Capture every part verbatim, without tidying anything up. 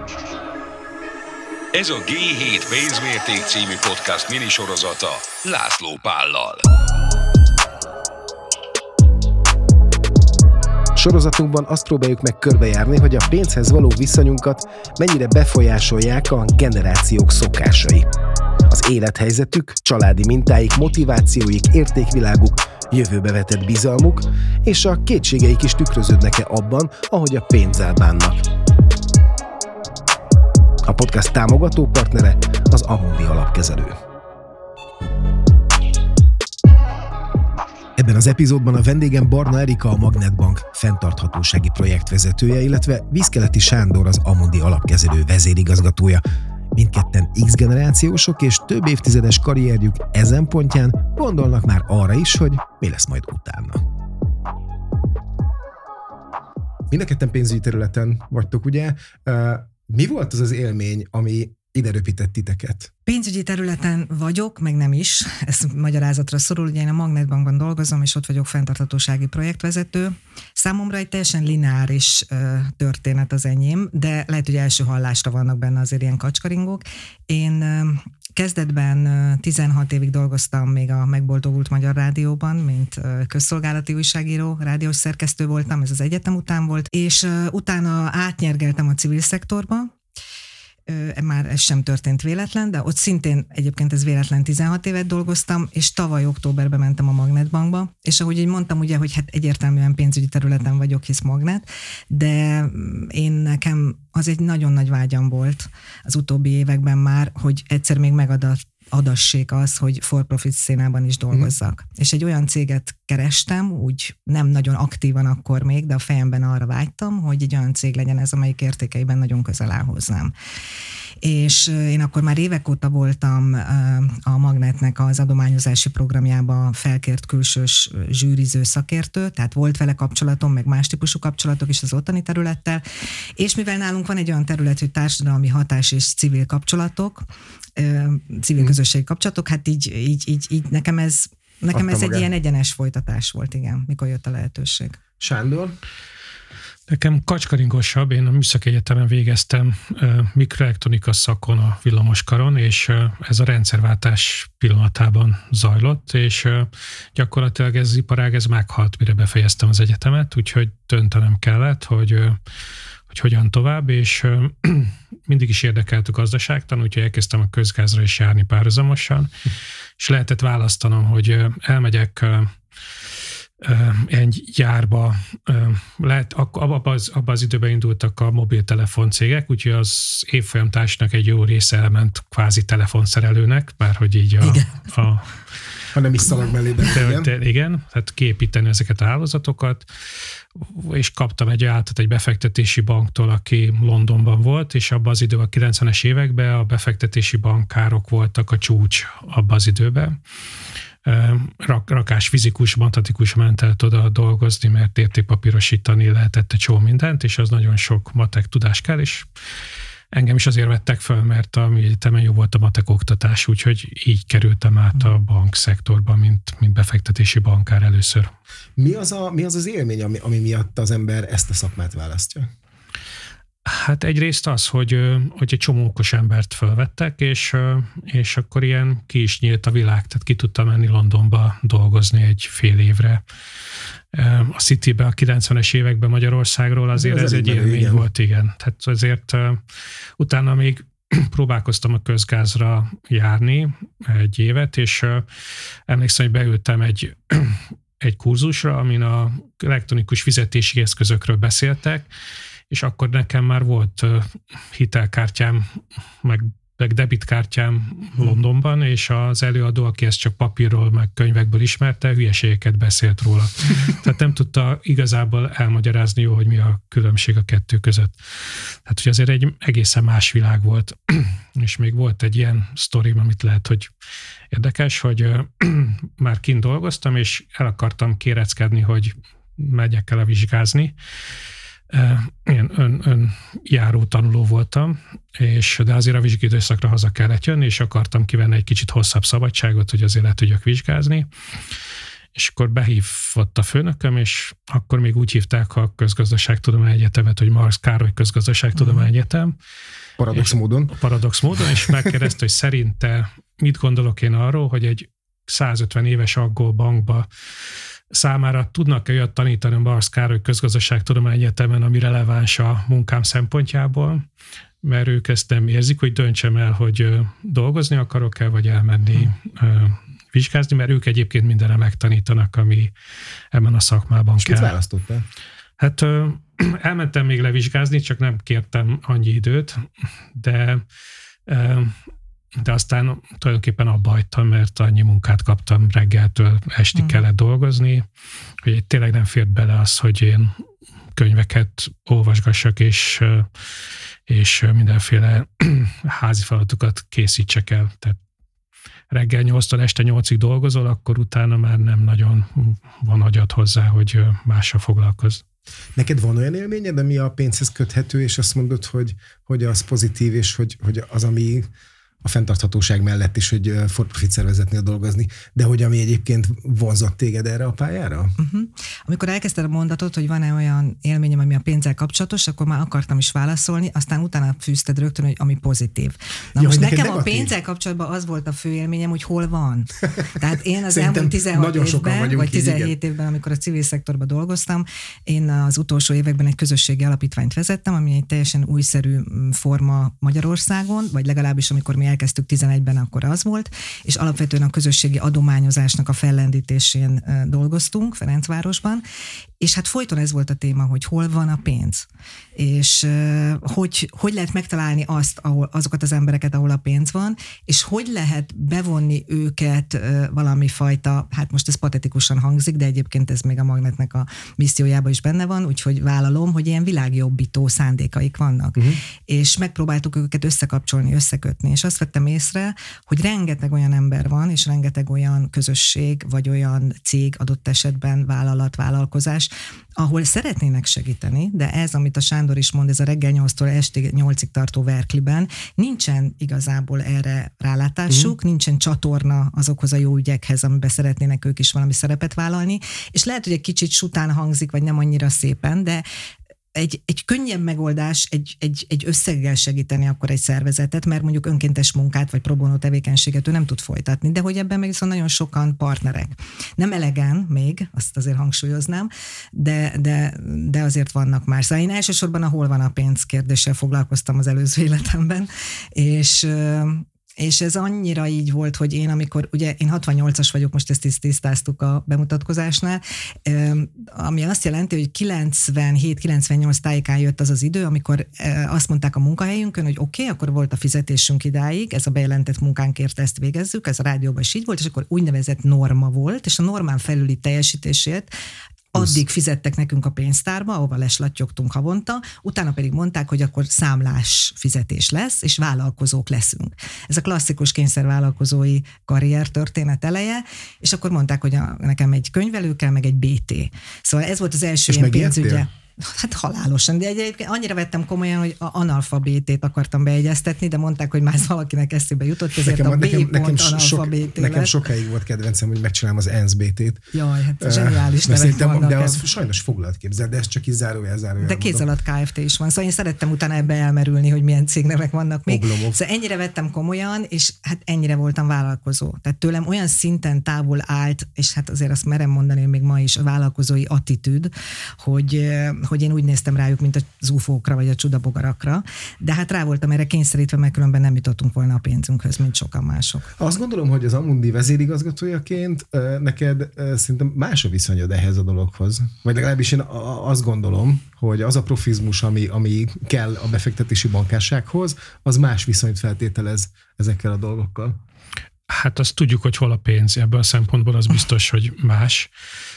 Ez a gé hét Pénzmérték című podcast minisorozata László Pállal. Sorozatunkban azt próbáljuk meg körbejárni, hogy a pénzhez való viszonyunkat mennyire befolyásolják a generációk szokásai. Az élethelyzetük, családi mintáik, motivációik, értékviláguk, jövőbe vetett bizalmuk, és a kétségeik is tükröződnek-e abban, ahogy a pénzzel bánnak. A podcast támogató partnere az Amundi Alapkezelő. Ebben az epizódban a vendégem Barna Erika, a Magnetbank fenntarthatósági projektvezetője, illetve Viszkeleti Sándor, az Amundi Alapkezelő vezérigazgatója. Mindketten X-generációsok, és több évtizedes karrierjük ezen pontján gondolnak már arra is, hogy mi lesz majd utána. Mind a ketten pénzügyi területen vagytok, ugye? Mi volt az az élmény, ami ide röpített titeket? Pénzügyi területen vagyok, meg nem is. Ez magyarázatra szorul. Ugye én a Magnetbankban dolgozom, és ott vagyok fenntarthatósági projektvezető. Számomra egy teljesen lineáris uh, történet az enyém, de lehet, hogy első hallásra vannak benne azért ilyen kacskaringók. Én uh, kezdetben uh, tizenhat évig dolgoztam még a megboldogult Magyar Rádióban, mint uh, közszolgálati újságíró, rádiós szerkesztő voltam, ez az egyetem után volt, és uh, utána átnyergeltem a civil szektorba. Már ez sem történt véletlen, de ott szintén egyébként ez véletlen tizenhat évet dolgoztam, és tavaly októberben mentem a Magnetbankba, és ahogy így mondtam, ugye, hogy hát egyértelműen pénzügyi területen vagyok, hisz Magnet, de én nekem az egy nagyon nagy vágyam volt az utóbbi években már, hogy egyszer még megadat adassék az, hogy for-profit szénában is dolgozzak. Mm. És egy olyan céget kerestem, úgy nem nagyon aktívan akkor még, de a fejemben arra vágytam, hogy egy olyan cég legyen ez, amelyik értékeiben nagyon közel áll hozzám. És én akkor már évek óta voltam a Magnetnek az adományozási programjába felkért külsős zsűriző szakértő, tehát volt vele kapcsolatom, meg más típusú kapcsolatok is az ottani területtel, és mivel nálunk van egy olyan terület, hogy társadalmi hatás és civil kapcsolatok, civil közösségi kapcsolatok, hát így, így, így, így nekem ez, nekem ez egy ilyen egyenes folytatás volt, igen, mikor jött a lehetőség. Sándor? Nekem kacskaringosabb, én a Műszaki Egyetemen végeztem mikroelektronika szakon a villamoskaron, és ez a rendszerváltás pillanatában zajlott, és gyakorlatilag ez az iparág, ez meghalt, mire befejeztem az egyetemet, úgyhogy döntenem kellett, hogy, hogy hogyan tovább, és mindig is érdekelt a gazdaságtan, úgyhogy elkezdtem a közgázra is járni párhuzamosan, és lehetett választanom, hogy elmegyek egy gyárba, lehet, abban az, abba az időben indultak a mobiltelefon cégek, úgyhogy az évfolyamtársnak egy jó része elment kvázi telefonszerelőnek, bárhogy így a... a ha nem is szalag mellében. Igen. De, igen, tehát kiépíteni ezeket a hálózatokat, és kaptam egy ajánlatot egy befektetési banktól, aki Londonban volt, és abban az időben, a kilencvenes években a befektetési bankárok voltak a csúcs abban az időben. Rak, rakás fizikus, matematikus ment el oda dolgozni, mert értékpapírosítani lehetett egy csomó mindent, és az nagyon sok matek tudás kell, és engem is azért vettek fel, mert a mi egyetemen jó volt a matek oktatás, úgyhogy így kerültem át a bankszektorba, mint, mint befektetési bankár először. Mi az a, mi az, az élmény, ami, ami miatt az ember ezt a szakmát választja? Hát egyrészt az, hogy, hogy egy csomó okos embert felvettek, és, és akkor ilyen ki is nyílt a világ, tehát ki tudtam menni Londonba dolgozni egy fél évre. A Citybe a kilencvenes években Magyarországról azért ez, ez egy élmény igen. volt, igen. Tehát azért utána még próbálkoztam a közgázra járni egy évet, és emlékszem, hogy beültem egy, egy kurzusra, amin a elektronikus fizetési eszközökről beszéltek, és akkor nekem már volt hitelkártyám, meg, meg debitkártyám Londonban, és az előadó, aki ezt csak papírról, meg könyvekből ismerte, hülyeségeket beszélt róla. Tehát nem tudta igazából elmagyarázni jó, hogy mi a különbség a kettő között. Tehát, hogy azért egy egészen más világ volt. És még volt egy ilyen sztorim, amit lehet, hogy érdekes, hogy már kint dolgoztam, és el akartam kéreckedni, hogy megyek el vizsgázni. Ilyen ön, önjáró tanuló voltam, és, de azért a vizsgai időszakra haza kellett jönni, és akartam kivenni egy kicsit hosszabb szabadságot, hogy azért le tudjak vizsgázni. és akkor behívott a főnököm, és akkor még úgy hívták a Közgazdaságtudományi Egyetemet, hogy Marx Károly Közgazdaságtudományi Egyetem. Paradox módon. Paradox módon, és megkérdezte, hogy szerinte mit gondolok én arról, hogy egy százötven éves angol bankba számára tudnak-e olyat tanítani a Marx Károly Közgazdaságtudományi Egyetemen, ami releváns a munkám szempontjából, mert ők ezt nem érzik, hogy döntsem el, hogy dolgozni akarok-e, vagy elmenni hmm. vizsgázni, mert ők egyébként mindenre megtanítanak, ami ebben a szakmában és kell. És mit választottál? Hát elmentem még levizsgázni, csak nem kértem annyi időt, de, de aztán tulajdonképpen abba hagytam, mert annyi munkát kaptam reggeltől estig hmm. kellett dolgozni, hogy tényleg nem fért bele az, hogy én könyveket olvasgassak, és, és mindenféle házi feladatokat készítsek el. Tehát reggel nyolctól este nyolcig dolgozol, akkor utána már nem nagyon van agyad hozzá, hogy mással foglalkozz. Neked van olyan élményed, ami a pénzhez köthető, és azt mondod, hogy, hogy az pozitív, és hogy, hogy az, ami a fenntarthatóság mellett is, hogy for-profit szervezetnél dolgozni, de hogy ami egyébként vonzott téged erre a pályára? Uh-huh. Amikor elkezdted a mondatot, hogy van-e olyan élményem, ami a pénzzel kapcsolatos, akkor már akartam is válaszolni, aztán utána fűzted rögtön, hogy ami pozitív. Na ja, most nekem negatív? A pénzzel kapcsolatban az volt a fő élményem, hogy hol van. Tehát én az elmúlt tizenhat évben, vagy tizenhét így, évben, amikor a civil szektorban dolgoztam, én az utolsó években egy közösségi alapítványt vezettem, ami egy teljesen újszerű forma Magyarországon, vagy legalábbis amikor mi elkezdtük tizenegyben, akkor az volt, és alapvetően a közösségi adományozásnak a fellendítésén dolgoztunk Ferencvárosban, és hát folyton ez volt a téma, hogy hol van a pénz, és hogy, hogy lehet megtalálni azt, ahol, azokat az embereket, ahol a pénz van, és hogy lehet bevonni őket valami fajta, hát most ez patetikusan hangzik, de egyébként ez még a Magnetnek a missziójában is benne van, úgyhogy vállalom, hogy ilyen világjobbító szándékaik vannak. Uh-huh. És megpróbáltuk őket összekapcsolni, összekötni, és azt vettem észre, hogy rengeteg olyan ember van, és rengeteg olyan közösség, vagy olyan cég adott esetben, vállalat, vállalkozás, ahol szeretnének segíteni, de ez, amit a Sándor is mond, ez a reggel nyolctól estig nyolcig tartó Verkliben, nincsen igazából erre rálátásuk, mm. nincsen csatorna azokhoz a jó ügyekhez, amiben szeretnének ők is valami szerepet vállalni, és lehet, hogy egy kicsit sután hangzik, vagy nem annyira szépen, de Egy, egy könnyebb megoldás egy, egy, egy összeggel segíteni akkor egy szervezetet, mert mondjuk önkéntes munkát vagy pro bono tevékenységet ő nem tud folytatni, de hogy ebben meg viszont nagyon sokan partnerek. Nem elegen még, azt azért hangsúlyoznám, de, de, de azért vannak már. Szóval én elsősorban a hol van a pénz kérdéssel foglalkoztam az előző életemben, és És ez annyira így volt, hogy én, amikor, ugye én hatvannyolcas vagyok, most ezt tisztáztuk a bemutatkozásnál, ami azt jelenti, hogy kilencvenhét kilencvennyolc tájékán jött az az idő, amikor azt mondták a munkahelyünkön, hogy oké, okay, akkor volt a fizetésünk idáig, ez a bejelentett munkánkért ezt végezzük, ez a rádióban is így volt, és akkor úgynevezett norma volt, és a normán felüli teljesítésért addig fizettek nekünk a pénztárba, ahova leslattyogtunk havonta, utána pedig mondták, hogy akkor számlás fizetés lesz, és vállalkozók leszünk. Ez a klasszikus kényszervállalkozói karrier történet eleje, és akkor mondták, hogy a, nekem egy könyvelő kell, meg egy bé té. Szóval ez volt az első és ilyen pénzügye. Hát halálosan, de egyébként annyira vettem komolyan, hogy a analfabétét akartam beegyeztetni, de mondták, hogy már valakinek eszébe jutott, ezért nekem, a B nekem, nekem, sok, nekem sokáig volt kedvencem, hogy megcsinálom az e en es bé té-t. Jaj, hát zseniális uh, nevek vannak. De az sajnos foglalt képzel, de ez csak így zárójel, zárójel. De kéz alatt ká ef té is van, szóval én szerettem utána ebbe elmerülni, hogy milyen cégnevek vannak még. Oblomov. Szóval ennyire vettem komolyan, és hát ennyire voltam vállalkozó. Tehát tőlem olyan szinten távol állt, és hát azért azt merem mondani, hogy még ma is a vállalkozói attitűd, hogy, hogy én úgy néztem rájuk, mint az ufókra, vagy a csudabogarakra, de hát rá voltam erre kényszerítve, mert különben nem jutottunk volna a pénzünkhöz, mint sokan mások. Azt gondolom, hogy az Amundi vezérigazgatójaként neked szerintem más a viszonyod ehhez a dologhoz. Vagy legalábbis én azt gondolom, hogy az a profizmus, ami, ami kell a befektetési bankársághoz, az más viszonyt feltételez ezekkel a dolgokkal. Hát azt tudjuk, hogy hol a pénz, ebből a szempontból az biztos, hogy más.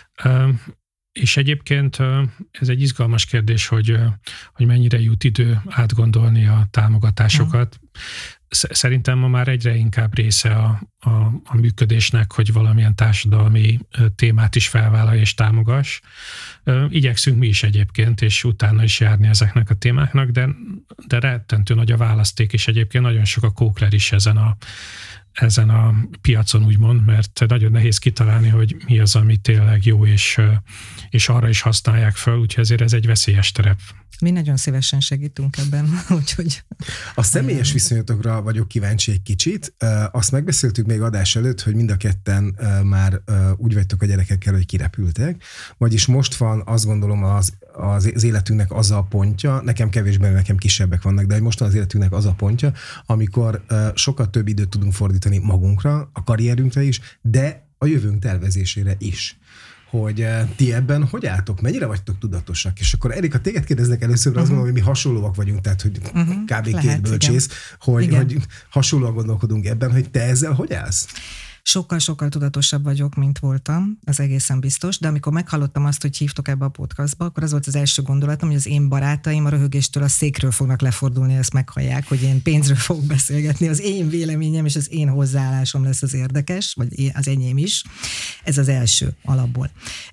És egyébként ez egy izgalmas kérdés, hogy, hogy mennyire jut idő átgondolni a támogatásokat. Szerintem ma már egyre inkább része a, a, a működésnek, hogy valamilyen társadalmi témát is felvállalj és támogass. Igyekszünk mi is egyébként, és utána is járni ezeknek a témáknak, de, de rettentő nagy a választék, és egyébként nagyon sok a kókler is ezen a ezen a piacon úgymond, mert nagyon nehéz kitalálni, hogy mi az, ami tényleg jó, és, és arra is használják fel, úgyhogy ezért ez egy veszélyes terep. Mi nagyon szívesen segítünk ebben, úgyhogy... A személyes viszonyatokra vagyok kíváncsi egy kicsit. Azt megbeszéltük még adás előtt, hogy mind a ketten már úgy vagytok a gyerekekkel, hogy kirepültek, vagyis most van, azt gondolom, az, az életünknek az a pontja, nekem kevésbé, nekem kisebbek vannak, de most van az életünknek az a pontja, amikor sokkal több időt tudunk fordítani magunkra, a karrierünkre is, de a jövőnk tervezésére is. Hogy ti ebben hogy álltok, mennyire vagytok tudatosak? És akkor Erika, téged kérdeznek először, uh-huh. azt mondom, hogy mi hasonlóak vagyunk, tehát hogy uh-huh. kb. Lehet, két bölcsész, igen. Hogy, igen. hogy hasonlóan gondolkodunk ebben, hogy te ezzel hogy állsz? Sokkal-sokkal tudatosabb vagyok, mint voltam, az egészen biztos, de amikor meghallottam azt, hogy hívtok ebbe a podcastba, akkor az volt az első gondolatom, hogy az én barátaim a röhögéstől a székről fognak lefordulni, ezt meghallják, hogy én pénzről fogok beszélgetni, az én véleményem és az én hozzáállásom lesz az érdekes, vagy az enyém is. Ez az első alapból.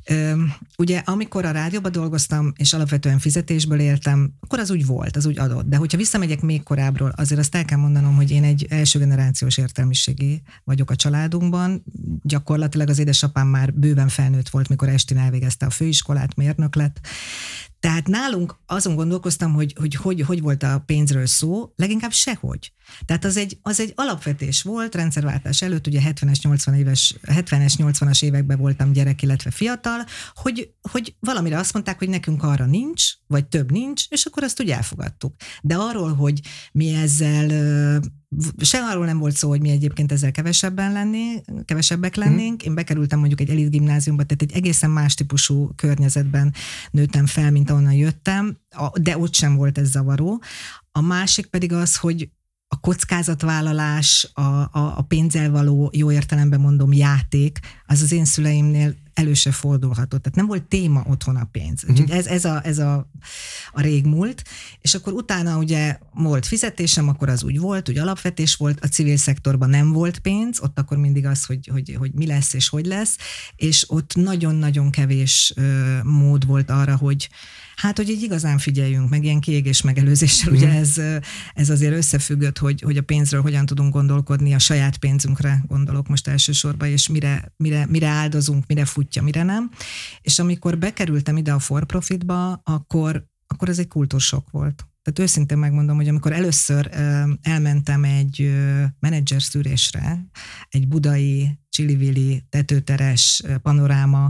Ugye, amikor a rádióban dolgoztam, és alapvetően fizetésből éltem, akkor az úgy volt, az úgy adott. De hogyha visszamegyek még korábbról, azért azt el kell mondanom, hogy én egy első generációs értelmiségi vagyok a családunk. Gyakorlatilag az édesapám már bőven felnőtt volt, mikor estén elvégezte a főiskolát, mérnök lett. Tehát nálunk azon gondolkoztam, hogy hogy, hogy hogy volt a pénzről szó, leginkább sehogy. Tehát az egy, az egy alapvetés volt, rendszerváltás előtt, ugye hetvenes, nyolcvanas éves, hetvenes, nyolcvanas években voltam gyerek, illetve fiatal, hogy, hogy valamire azt mondták, hogy nekünk arra nincs, vagy több nincs, és akkor azt úgy elfogadtuk. De arról, hogy mi ezzel... Se arról nem volt szó, hogy mi egyébként ezzel kevesebben lennénk, kevesebbek lennénk. Én bekerültem mondjuk egy elit gimnáziumba, tehát egy egészen más típusú környezetben nőttem fel, mint ahonnan jöttem, de ott sem volt ez zavaró. A másik pedig az, hogy a kockázatvállalás, a, a, a pénzzel való, jó értelemben mondom, játék, az az én szüleimnél elő se fordulhatott. Tehát nem volt téma otthon a pénz. Mm-hmm. Úgyhogy ez, ez, a, ez a, a régmúlt. És akkor utána ugye volt fizetésem, akkor az úgy volt, úgy alapvetés volt, a civil szektorban nem volt pénz, ott akkor mindig az, hogy, hogy, hogy mi lesz és hogy lesz, és ott nagyon-nagyon kevés ö, mód volt arra, hogy hát, hogy így igazán figyeljünk, meg ilyen kiégés megelőzéssel, mm. ugye ez, ez azért összefüggött, hogy, hogy a pénzről hogyan tudunk gondolkodni, a saját pénzünkre gondolok most elsősorban, és mire, mire, mire áldozunk, mire futja, mire nem. És amikor bekerültem ide a for profitba, akkor, akkor ez egy kultúrsok volt. Tehát őszintén megmondom, hogy amikor először elmentem egy menedzser szűrésre, egy budai, csili-vili, tetőteres, panoráma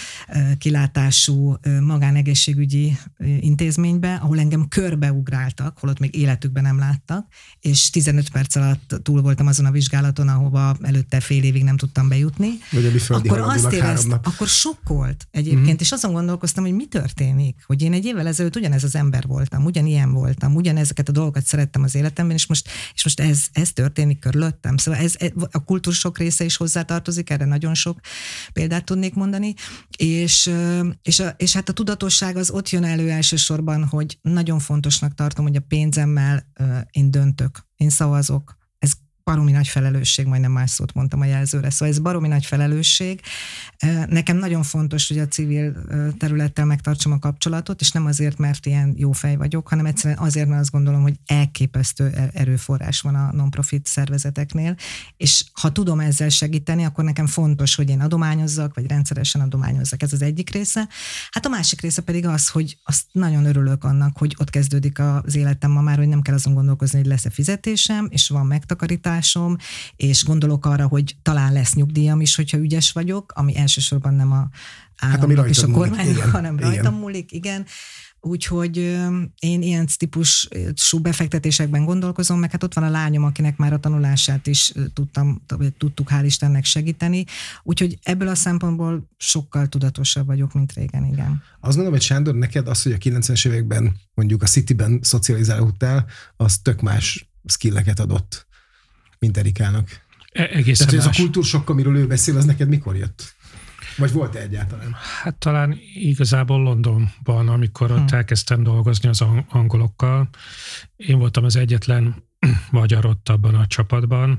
kilátású magánegészségügyi intézménybe, ahol engem körbeugráltak, holott még életükben nem láttak, és tizenöt perc alatt túl voltam azon a vizsgálaton, ahova előtte fél évig nem tudtam bejutni. Akkor azt érezt, akkor sokkolt egyébként, mm-hmm. és azon gondolkoztam, hogy mi történik, hogy én egy évvel ezelőtt ugyanez az ember voltam, ugyanilyen voltam, ugyanezeket a dolgokat szerettem az életemben, és most, és most ez, ez történik körülöttem. Szóval ez, a kultúrsok része is hozzátartozik, erre nagyon sok példát tudnék mondani, és, és, a, és hát a tudatosság az ott jön elő elsősorban, hogy nagyon fontosnak tartom, hogy a pénzemmel én döntök, én szavazok. Ez baromi nagy felelősség, majdnem más szót mondtam a jelzőre, szóval ez baromi nagy felelősség. Nekem nagyon fontos, hogy a civil területtel megtartsam a kapcsolatot, és nem azért, mert ilyen jó fej vagyok, hanem egyszerűen azért, mert azt gondolom, hogy elképesztő erőforrás van a non-profit szervezeteknél, és ha tudom ezzel segíteni, akkor nekem fontos, hogy én adományozzak, vagy rendszeresen adományozzak. Ez az egyik része. Hát a másik része pedig az, hogy azt nagyon örülök annak, hogy ott kezdődik az életem ma már, hogy nem kell azon gondolkozni, hogy lesz-e fizetésem, és van megtakarítás, és gondolok arra, hogy talán lesz nyugdíjam is, hogyha ügyes vagyok, ami elsősorban nem a államnak hát, és a kormánynak, hanem rajtam múlik, igen. Úgyhogy én ilyen típusú befektetésekben gondolkozom, meg hát ott van a lányom, akinek már a tanulását is tudtam, tudtuk hál' Istennek segíteni. Úgyhogy ebből a szempontból sokkal tudatosabb vagyok, mint régen, igen. Azt gondolom, hogy Sándor, neked az, hogy a kilencvenes években mondjuk a Cityben szocializálódtál, az tök más skilleket adott, mint Erikának. E- egészen Tehát, más. ez a kultúrsokk, amiről ő beszél, az neked mikor jött? Vagy volt-e egyáltalán? Hát talán igazából Londonban, amikor ott hmm. elkezdtem dolgozni az angolokkal. Én voltam az egyetlen magyar ott abban a csapatban,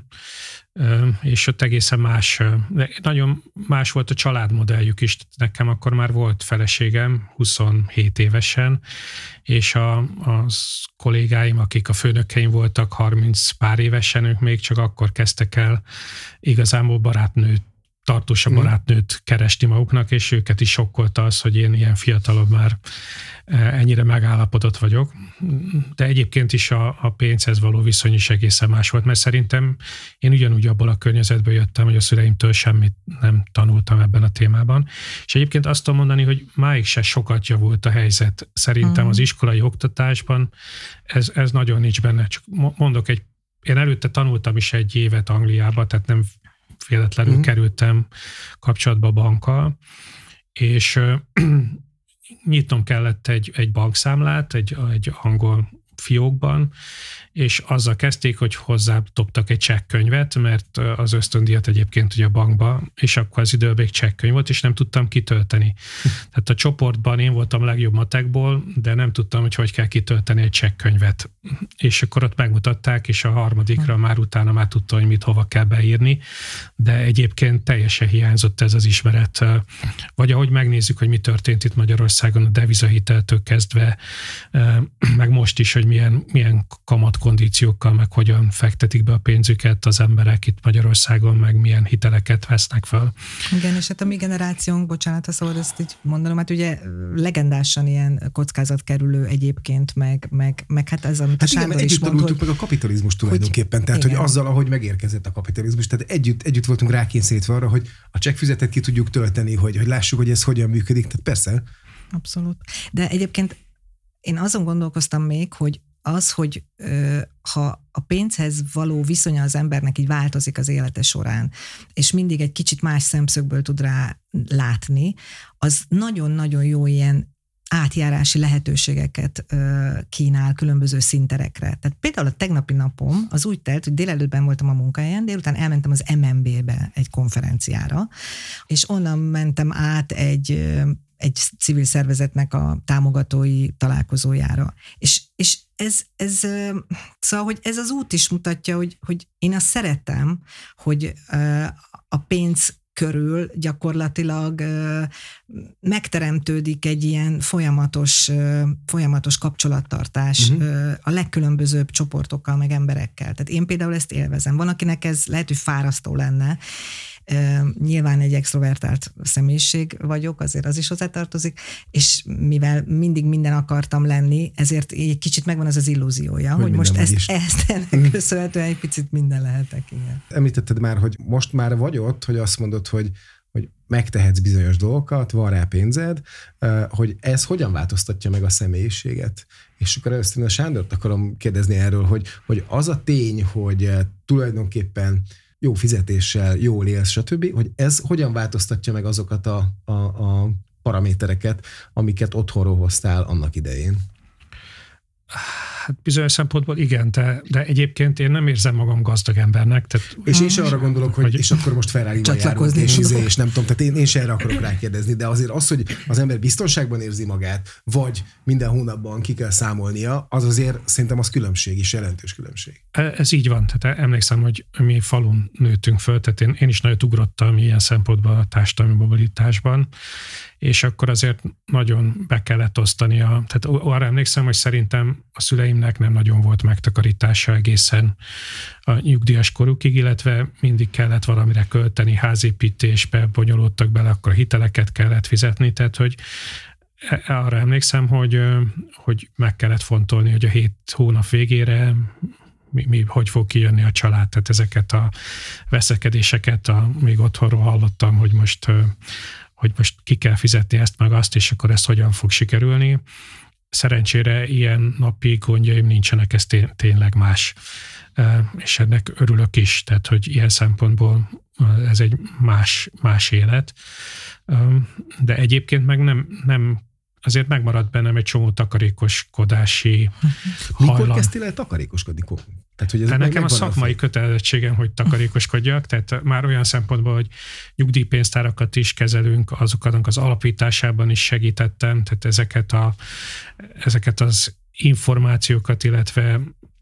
és ott egészen más, nagyon más volt a családmodelljük is. Nekem akkor már volt feleségem, huszonhét évesen, és a, az kollégáim, akik a főnökeim voltak harminc pár évesen, ők még csak akkor kezdtek el igazából barátnőt, tartósabb barátnőt keresni maguknak, és őket is sokkolta az, hogy én ilyen fiatalabb már ennyire megállapodott vagyok. De egyébként is a, a pénzhez való viszony is egészen más volt, mert szerintem én ugyanúgy abból a környezetből jöttem, hogy a szüleimtől semmit nem tanultam ebben a témában. És egyébként azt tudom mondani, hogy máig se sokat javult a helyzet. Szerintem mm. az iskolai oktatásban ez, ez nagyon nincs benne. Csak mondok egy, én előtte tanultam is egy évet Angliába, tehát nem véletlenül mm. kerültem kapcsolatba a bankkal, és uh, nyitnom kellett egy, egy bankszámlát, egy, egy angol fiókban, és azzal kezdték, hogy hozzá dobtak egy csekkönyvet, mert az ösztöndíjat egyébként ugye a bankba, és akkor az időben egy csekkönyv volt, és nem tudtam kitölteni. Tehát a csoportban én voltam a legjobb matekból, de nem tudtam, hogy hogy kell kitölteni egy csekkönyvet. És akkor ott megmutatták, és a harmadikra már utána már tudta, hogy mit hova kell beírni, de egyébként teljesen hiányzott ez az ismeret. Vagy ahogy megnézzük, hogy mi történt itt Magyarországon a devizahiteltől kezdve, meg most is, hogy milyen, milyen kamatkondíciókkal, meg hogyan fektetik be a pénzüket az emberek itt Magyarországon, meg milyen hiteleket vesznek fel. Igen, és hát a mi generációnk, bocsánat, ha szabad ezt így mondanom, hát ugye legendásan ilyen kockázatkerülő egyébként, meg, meg, meg hát ez, amit hát a Sándor igen, is mond, hogy... meg a kapitalizmus tulajdonképpen, hogy, tehát igen. hogy azzal, ahogy megérkezett a kapitalizmus, tehát együtt, együtt voltunk rákényszerítve arra, hogy a csekkfüzetet ki tudjuk tölteni, hogy, hogy lássuk, hogy ez hogyan működik, tehát persze. Abszolút. De egyébként én azon gondolkoztam még, hogy az, hogy ö, ha a pénzhez való viszonya az embernek így változik az élete során, és mindig egy kicsit más szemszögből tud rá látni, az nagyon-nagyon jó ilyen átjárási lehetőségeket ö, kínál különböző szinterekre. Tehát például a tegnapi napom az úgy telt, hogy délelőttben voltam a munkahelyen, délután elmentem az em en bé-be egy konferenciára, és onnan mentem át egy egy civil szervezetnek a támogatói találkozójára. És, és ez, ez, szóval, hogy ez az út is mutatja, hogy, hogy én azt szeretem, hogy a pénz körül gyakorlatilag megteremtődik egy ilyen folyamatos, folyamatos kapcsolattartás uh-huh. a legkülönbözőbb csoportokkal, meg emberekkel. Tehát én például ezt élvezem. Van, akinek ez lehet, hogy fárasztó lenne. Nyilván egy extrovertált személyiség vagyok, azért az is hozzátartozik, és mivel mindig minden akartam lenni, ezért egy kicsit megvan az az illúziója, hogy, hogy most ezt, ezt ennek köszönhetően egy picit minden lehetek. Igen. Említetted már, hogy most már vagy ott, hogy azt mondod, hogy, hogy megtehetsz bizonyos dolgokat, van rá pénzed, hogy ez hogyan változtatja meg a személyiséget. És akkor először a Sándort akarom kérdezni erről, hogy, hogy az a tény, hogy tulajdonképpen jó fizetéssel, jól élsz, stb., hogy ez hogyan változtatja meg azokat a, a, a paramétereket, amiket otthonról hoztál annak idején? Hát bizonyos szempontból igen, de, de egyébként én nem érzem magam gazdag embernek. Tehát, és én sem arra gondolok, hogy, hogy és akkor most Ferrari-val járunk, és, izé, és nem tudom, tehát én, én sem erre akarok rákérdezni, de azért az, hogy az ember biztonságban érzi magát, vagy minden hónapban ki kell számolnia, az azért szerintem az különbség is, jelentős különbség. Ez így van, tehát emlékszem, hogy mi falun nőttünk föl, tehát én, én is nagyot ugrottam ilyen szempontból a társadalmi mobilitásban, és akkor azért nagyon be kellett osztani. A, tehát arra emlékszem, hogy szerintem a szüleimnek nem nagyon volt megtakarítása egészen a nyugdíjas korukig, illetve mindig kellett valamire költeni, házépítésbe bonyolódtak bele, akkor a hiteleket kellett fizetni, tehát hogy arra emlékszem, hogy, hogy meg kellett fontolni, hogy a hét hónap végére mi, mi, hogy fog kijönni a család, tehát ezeket a veszekedéseket, a, még otthonról hallottam, hogy most hogy most ki kell fizetni ezt meg azt, és akkor ez hogyan fog sikerülni. Szerencsére ilyen napi gondjaim nincsenek, ez tény, tényleg más. És ennek örülök is, tehát hogy ilyen szempontból ez egy más, más élet. De egyébként meg nem, nem azért megmaradt bennem egy csomó takarékoskodási Mikor hajlam. kezdtél el takarékoskodni? Tehát, hogy ez hát nekem a megvan szakmai a kötelezettségem, hogy takarékoskodjak, tehát már olyan szempontból, hogy nyugdíjpénztárakat is kezelünk, azokat az alapításában is segítettem, tehát ezeket, a, ezeket az információkat, illetve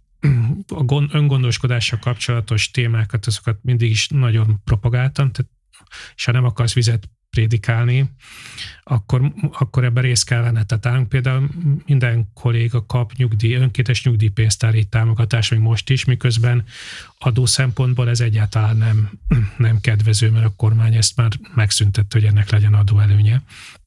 a öngondoskodással kapcsolatos témákat, azokat mindig is nagyon propagáltam, tehát, és ha nem akarsz vizet prédikálni, akkor, akkor ebben részt kell venni. Tehát állunk például minden kolléga kap nyugdíj, önkéntes nyugdíjpénztári támogatást, még most is, miközben adó szempontból ez egyáltalán nem, nem kedvező, mert a kormány ezt már megszüntette, hogy ennek legyen adóelőnye.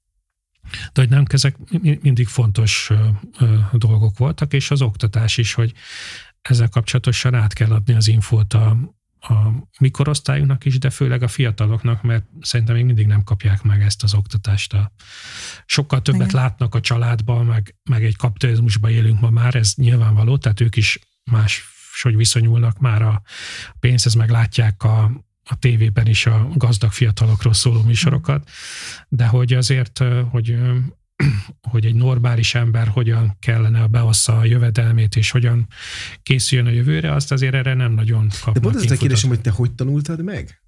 De hogy nem, ezek mindig fontos dolgok voltak, és az oktatás is, hogy ezzel kapcsolatosan át kell adni az infót a a mi korosztályunknak is, de főleg a fiataloknak, mert szerintem még mindig nem kapják meg ezt az oktatást. Sokkal többet igen. látnak a családban, meg, meg egy kapitalizmusban élünk ma már, ez nyilvánvaló, tehát ők is máshogy viszonyulnak már a pénzhez, meg látják a, a tévében is a gazdag fiatalokról szóló műsorokat, de hogy azért, hogy hogy egy normális ember hogyan kellene beossza a jövedelmét, és hogyan készüljön a jövőre, azt azért erre nem nagyon kapnak. De pont az a kérdésem, hogy te hogy tanultad meg?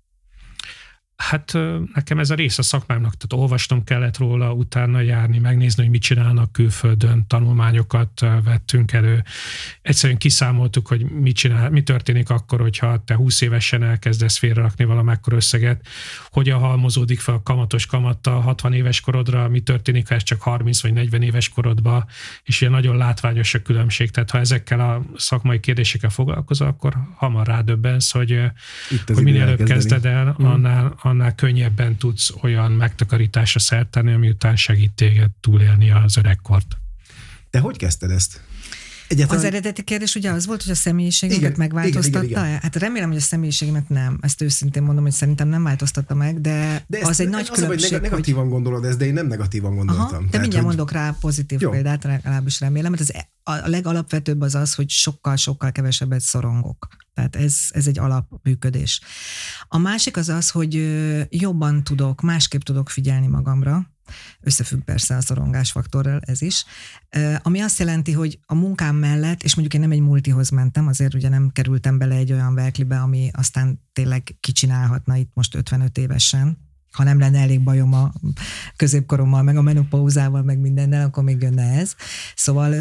Hát nekem ez a rész a szakmámnak, tehát olvasnom kellett róla, utána járni, megnézni, hogy mit csinálnak külföldön, tanulmányokat vettünk elő. Egyszerűen kiszámoltuk, hogy mit csinál, mi történik akkor, hogyha te húsz évesen elkezdesz félrerakni valamekkor összeget, hogyan halmozódik fel a kamatos kamattal hatvan éves korodra, mi történik, ha ez csak harminc vagy negyven éves korodban, és ilyen nagyon látványos a különbség. Tehát ha ezekkel a szakmai kérdésekkel foglalkozol, akkor hamar rádöbbensz, hogy, hogy minél előbb kezded el, hmm. annál annál könnyebben tudsz olyan megtakarításra szert tenni, ami után segít téged túlélni az öregkort. Te hogy kezdted ezt? Egyáltalán... Az eredeti kérdés ugye az volt, hogy a személyiségemet megváltoztatta. Igen, igen, igen. Hát remélem, hogy a személyiségemet nem. Ezt őszintén mondom, hogy szerintem nem változtatta meg, de, de az egy nagy az különbség. Az, hogy negatívan hogy... gondolod ezt, de én nem negatívan gondoltam. Aha, de tehát, mindjárt hogy... mondok rá pozitív Jó. példát, legalábbis remélem, mert az, a legalapvetőbb az az, hogy sokkal-sokkal kevesebbet szorongok. Tehát ez, ez egy alapműködés. A másik az az, hogy jobban tudok, másképp tudok figyelni magamra, összefügg persze a szorongásfaktorral ez is, ami azt jelenti, hogy a munkám mellett, és mondjuk én nem egy multihoz mentem, azért ugye nem kerültem bele egy olyan verklibe, ami aztán tényleg kicsinálhatna itt most ötvenöt évesen, ha nem lenne elég bajom a középkorommal, meg a menopauzával, meg mindennel, akkor még jönne ez. Szóval,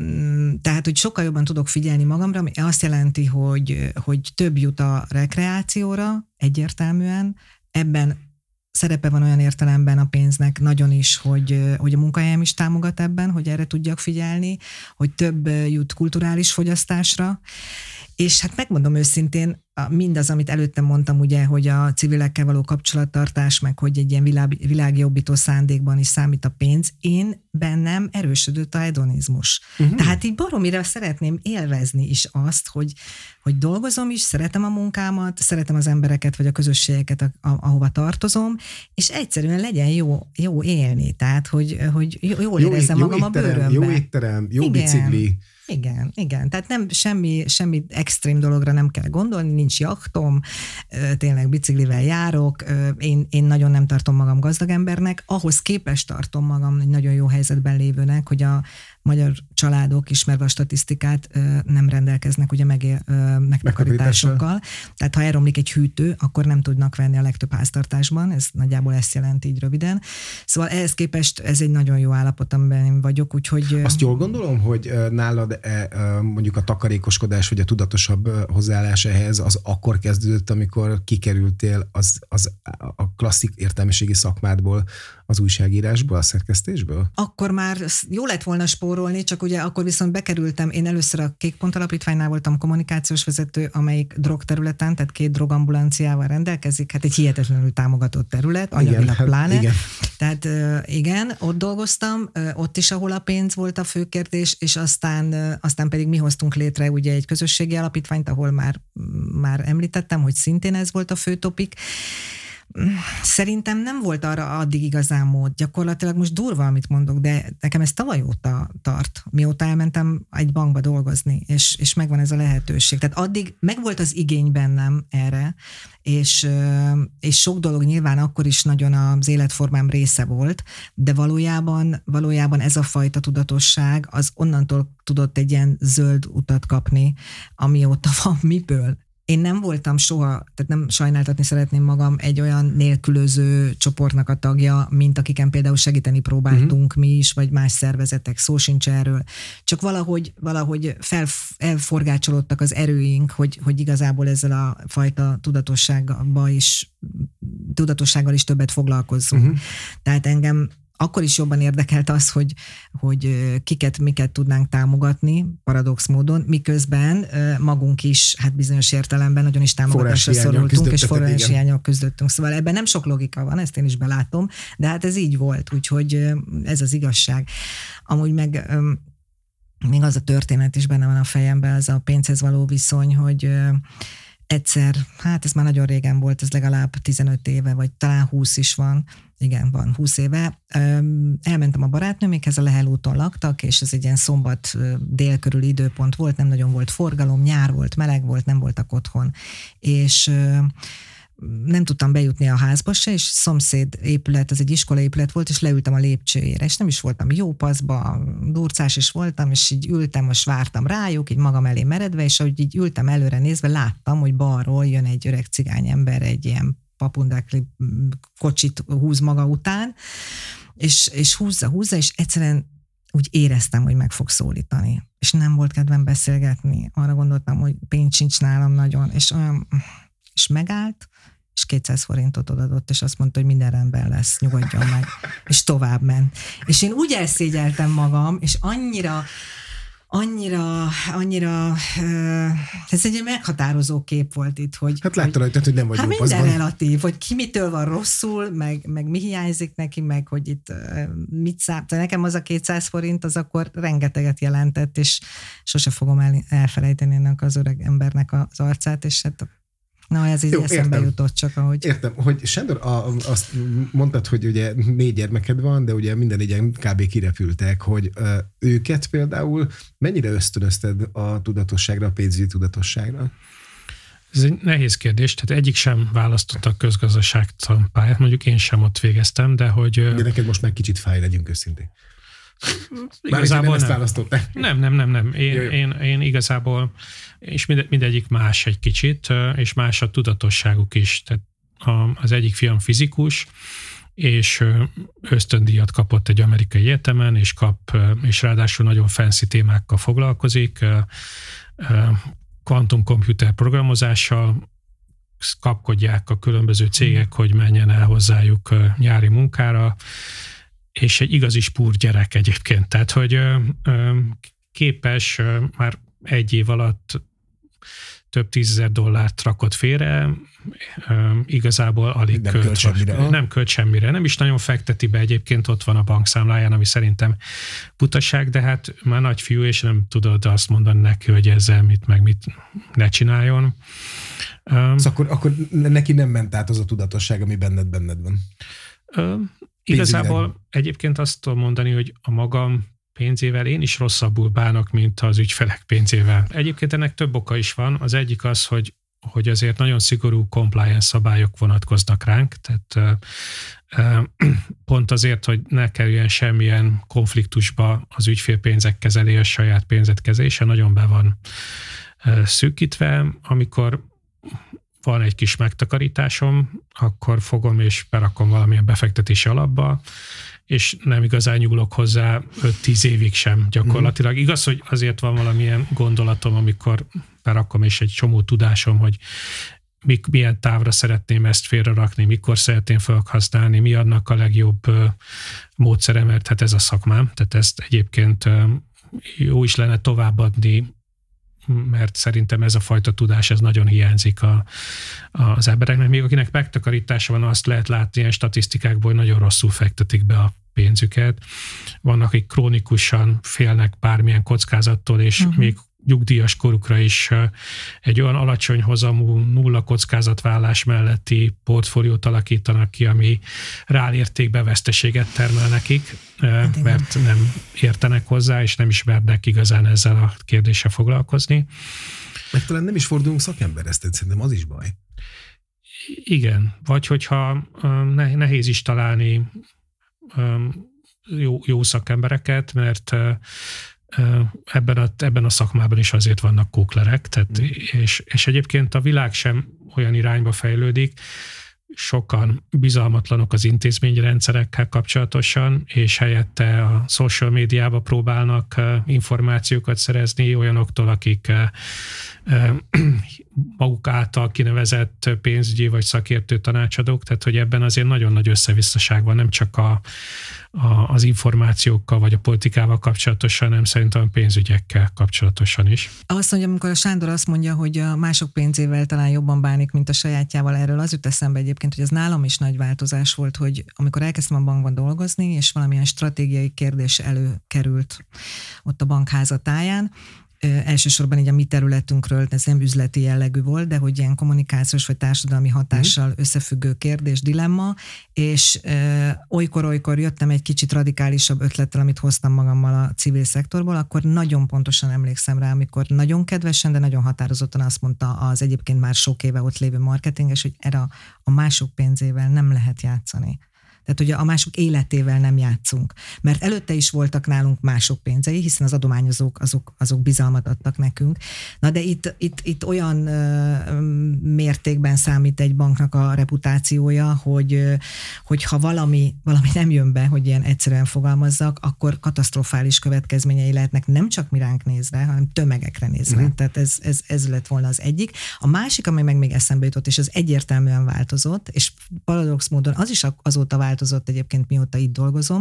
tehát, hogy sokkal jobban tudok figyelni magamra, ami azt jelenti, hogy, hogy több jut a rekreációra egyértelműen, ebben szerepe van olyan értelemben a pénznek nagyon is, hogy, hogy a munkahelyem is támogat ebben, hogy erre tudjak figyelni, hogy több jut kulturális fogyasztásra, és hát megmondom őszintén, mindaz, amit előttem mondtam, ugye, hogy a civilekkel való kapcsolattartás, meg hogy egy ilyen világ, világjobbító szándékban is számít a pénz, én bennem erősödött a hedonizmus. Uh-huh. Tehát így baromira szeretném élvezni is azt, hogy, hogy dolgozom is, szeretem a munkámat, szeretem az embereket, vagy a közösségeket, ahova tartozom, és egyszerűen legyen jó, jó élni. Tehát, hogy, hogy jól jó, érezzem jó magam étterem, a bőrömben. Jó étterem, jó igen. bicikli. Igen, igen. Tehát nem semmi, semmi extrém dologra nem kell gondolni, nincs jachtom, tényleg biciklivel járok, én, én nagyon nem tartom magam gazdag embernek, ahhoz képest tartom magam egy nagyon jó helyzetben lévőnek, hogy a magyar családok, ismerve a statisztikát, nem rendelkeznek ugye meg, megtakarításokkal. Tehát ha elromlik egy hűtő, akkor nem tudnak venni a legtöbb háztartásban, ez nagyjából ezt jelenti így röviden. Szóval ehhez képest ez egy nagyon jó állapot, amiben én vagyok, úgyhogy... Azt jól gondolom, hogy nálad mondjuk a takarékoskodás, vagy a tudatosabb hozzáállás ehhez, az akkor kezdődött, amikor kikerültél az, az a klasszik értelmiségi szakmádból, az újságírásból, a szerkesztésből? Akkor már jó lett volna spórolni, csak ugye akkor viszont bekerültem, én először a Kék Pont Alapítványnál voltam kommunikációs vezető, amelyik drogterületen, tehát két drogambulanciával rendelkezik, hát egy hihetetlenül támogatott terület, anyagilag hát, pláne. Igen. Tehát igen, ott dolgoztam, ott is, ahol a pénz volt a fő kérdés, és aztán, aztán pedig mi hoztunk létre ugye egy közösségi alapítványt, ahol már, már említettem, hogy szintén ez volt a fő topik. Szerintem nem volt arra addig igazán mód. Gyakorlatilag most durva, amit mondok, de nekem ez tavaly óta tart, mióta elmentem egy bankba dolgozni, és, és megvan ez a lehetőség. Tehát addig megvolt az igény bennem erre, és, és sok dolog nyilván akkor is nagyon az életformám része volt, de valójában, valójában ez a fajta tudatosság az onnantól tudott egy ilyen zöld utat kapni, amióta van miből. Én nem voltam soha, tehát nem sajnáltatni szeretném magam, egy olyan nélkülöző csoportnak a tagja, mint akiken például segíteni próbáltunk uh-huh. mi is, vagy más szervezetek, szó sincs erről. Csak valahogy, valahogy fel, elforgácsolódtak az erőink, hogy, hogy igazából ezzel a fajta tudatossággal is, tudatossággal is többet foglalkozzunk. Uh-huh. Tehát engem akkor is jobban érdekelt az, hogy, hogy kiket, miket tudnánk támogatni, paradox módon, miközben magunk is, hát bizonyos értelemben nagyon is támogatásra szorultunk, és forráshiánnyal küzdöttünk. Szóval ebben nem sok logika van, ezt én is belátom, de hát ez így volt, úgyhogy ez az igazság. Amúgy meg még az a történet is benne van a fejemben, az a pénzhez való viszony, hogy egyszer, hát ez már nagyon régen volt, ez legalább tizenöt éve, vagy talán húsz is van, igen, van húsz éve. Elmentem a barátnőmékhez, a Lehel úton laktak, és ez egy ilyen szombat dél körüli időpont volt, nem nagyon volt forgalom, nyár volt, meleg volt, nem voltak otthon. És nem tudtam bejutni a házba se, és szomszéd épület, ez egy iskolaépület volt, és leültem a lépcsőjére, és nem is voltam jó paszba, durcás is voltam, és így ültem, most vártam rájuk, így magam elé meredve, és ahogy így ültem előre nézve, láttam, hogy balról jön egy öreg cigány ember, egy ilyen papundákli kocsit húz maga után, és, és húzza, húzza, és egyszerűen úgy éreztem, hogy meg fog szólítani. És nem volt kedvem beszélgetni. Arra gondoltam, hogy pénz sincs nálam nagyon, és olyan, és megállt, és kétszáz forintot odadott, és azt mondta, hogy minden rendben lesz, nyugodjon meg. És tovább ment. És én úgy elszégyeltem magam, és annyira annyira, annyira, ez egy meghatározó kép volt itt, hogy... Hát látta rajtad, hogy nem vagy hát jó paszban. minden relatív, hogy ki mitől van rosszul, meg, meg mi hiányzik neki, meg hogy itt mit számít. Nekem az a kétszáz forint, az akkor rengeteget jelentett, és sose fogom el, elfelejteni ennek az öreg embernek az arcát, és hát na, ez így jó, eszembe értem. Jutott csak, ahogy... Értem, hogy Sándor, a, azt mondtad, hogy ugye négy gyermeked van, de ugye minden négyen kb. Kirepültek, hogy ö, őket például mennyire ösztönözted a tudatosságra, a pénzügyi tudatosságra? Ez egy nehéz kérdés, tehát egyik sem választotta a közgazdaságtan pályát, mondjuk én sem ott végeztem, de hogy... De neked most már kicsit fáj, legyünk őszintén. Igazából nem, ezt választották. Nem, nem, nem, nem. Én, én, én igazából, és minde, mindegyik más egy kicsit, és más a tudatosságuk is. Tehát az egyik fiam fizikus, és ösztöndíjat kapott egy amerikai egyetemen, és kap, és ráadásul nagyon fancy témákkal foglalkozik, kvantumkomputer programozással, kapkodják a különböző cégek, hogy menjen el hozzájuk nyári munkára, és egy igazi spúr gyerek egyébként. Tehát, hogy ö, ö, képes ö, már egy év alatt több tízezer dollárt rakott félre, ö, igazából alig nem költ, költ semmire. Nem költ semmire. Nem is nagyon fekteti be, egyébként ott van a bankszámláján, ami szerintem butaság, de hát már nagy fiú, és nem tudod azt mondani neki, hogy ezzel mit meg mit ne csináljon. Szóval akkor, akkor neki nem ment át az a tudatosság, ami benned benned van. Ö, Igazából egyébként azt tudom mondani, hogy a magam pénzével én is rosszabbul bánok, mint az ügyfelek pénzével. Egyébként ennek több oka is van. Az egyik az, hogy, hogy azért nagyon szigorú compliance szabályok vonatkoznak ránk, tehát pont azért, hogy ne kerüljen semmilyen konfliktusba az ügyfélpénzek kezelése, a saját pénzet kezelése, nagyon be van szűkítve. Amikor van egy kis megtakarításom, akkor fogom és berakom valamilyen befektetési alapba, és nem igazán nyúlok hozzá öt-tíz évig sem gyakorlatilag. Mm. Igaz, hogy azért van valamilyen gondolatom, amikor berakom, és egy csomó tudásom, hogy mik, milyen távra szeretném ezt félrerakni, mikor szeretném felhasználni, mi annak a legjobb módszere, mert hát ez a szakmám, tehát ezt egyébként jó is lenne továbbadni, mert szerintem ez a fajta tudás, ez nagyon hiányzik a, az embereknek. Még akinek megtakarítása van, azt lehet látni ilyen statisztikákból, hogy nagyon rosszul fektetik be a pénzüket. Vannak, akik krónikusan félnek bármilyen kockázattól, és uh-huh. még nyugdíjas korukra is egy olyan alacsony hozamú, nulla kockázatvállás melletti portfóliót alakítanak ki, ami reálértékben veszteséget termel nekik, hát mert nem értenek hozzá, és nem ismernek igazán ezzel a kérdéssel foglalkozni. Meg talán nem is fordulunk szakemberhez, szerintem az is baj. Igen, vagy hogyha nehéz is találni jó, jó szakembereket, mert ebben a, ebben a szakmában is azért vannak kóklerek, tehát, mm. és, és egyébként a világ sem olyan irányba fejlődik, sokan bizalmatlanok az intézményrendszerekkel kapcsolatosan, és helyette a social médiába próbálnak információkat szerezni olyanoktól, akik maguk által kinevezett pénzügyi vagy szakértő tanácsadók, tehát hogy ebben azért nagyon nagy összevisszaság van, nem csak a, a, az információkkal vagy a politikával kapcsolatosan, hanem szerintem a pénzügyekkel kapcsolatosan is. Azt mondja, amikor a Sándor azt mondja, hogy a mások pénzével talán jobban bánik, mint a sajátjával, erről az jut eszembe egyébként, hogy ez nálam is nagy változás volt, hogy amikor elkezdtem a bankban dolgozni, és valamilyen stratégiai kérdés előkerült ott a bank házatáján, elsősorban így a mi területünkről, ez nem üzleti jellegű volt, de hogy ilyen kommunikációs vagy társadalmi hatással összefüggő kérdés, dilemma, és e, olykor-olykor jöttem egy kicsit radikálisabb ötlettel, amit hoztam magammal a civil szektorból, akkor nagyon pontosan emlékszem rá, amikor nagyon kedvesen, de nagyon határozottan azt mondta az egyébként már sok éve ott lévő marketinges, hogy erre a, a mások pénzével nem lehet játszani. Tehát, hogy a mások életével nem játszunk. Mert előtte is voltak nálunk mások pénzei, hiszen az adományozók azok, azok bizalmat adtak nekünk. Na de itt, itt, itt olyan ö, mértékben számít egy banknak a reputációja, hogy, ö, hogy ha valami, valami nem jön be, hogy ilyen egyszerűen fogalmazzak, akkor katasztrofális következményei lehetnek nem csak mi ránk nézve, hanem tömegekre nézve. Mm. Tehát ez, ez, ez lett volna az egyik. A másik, ami meg még eszembe jutott, és az egyértelműen változott, és paradox módon az is azóta változott, egyébként mióta itt dolgozom,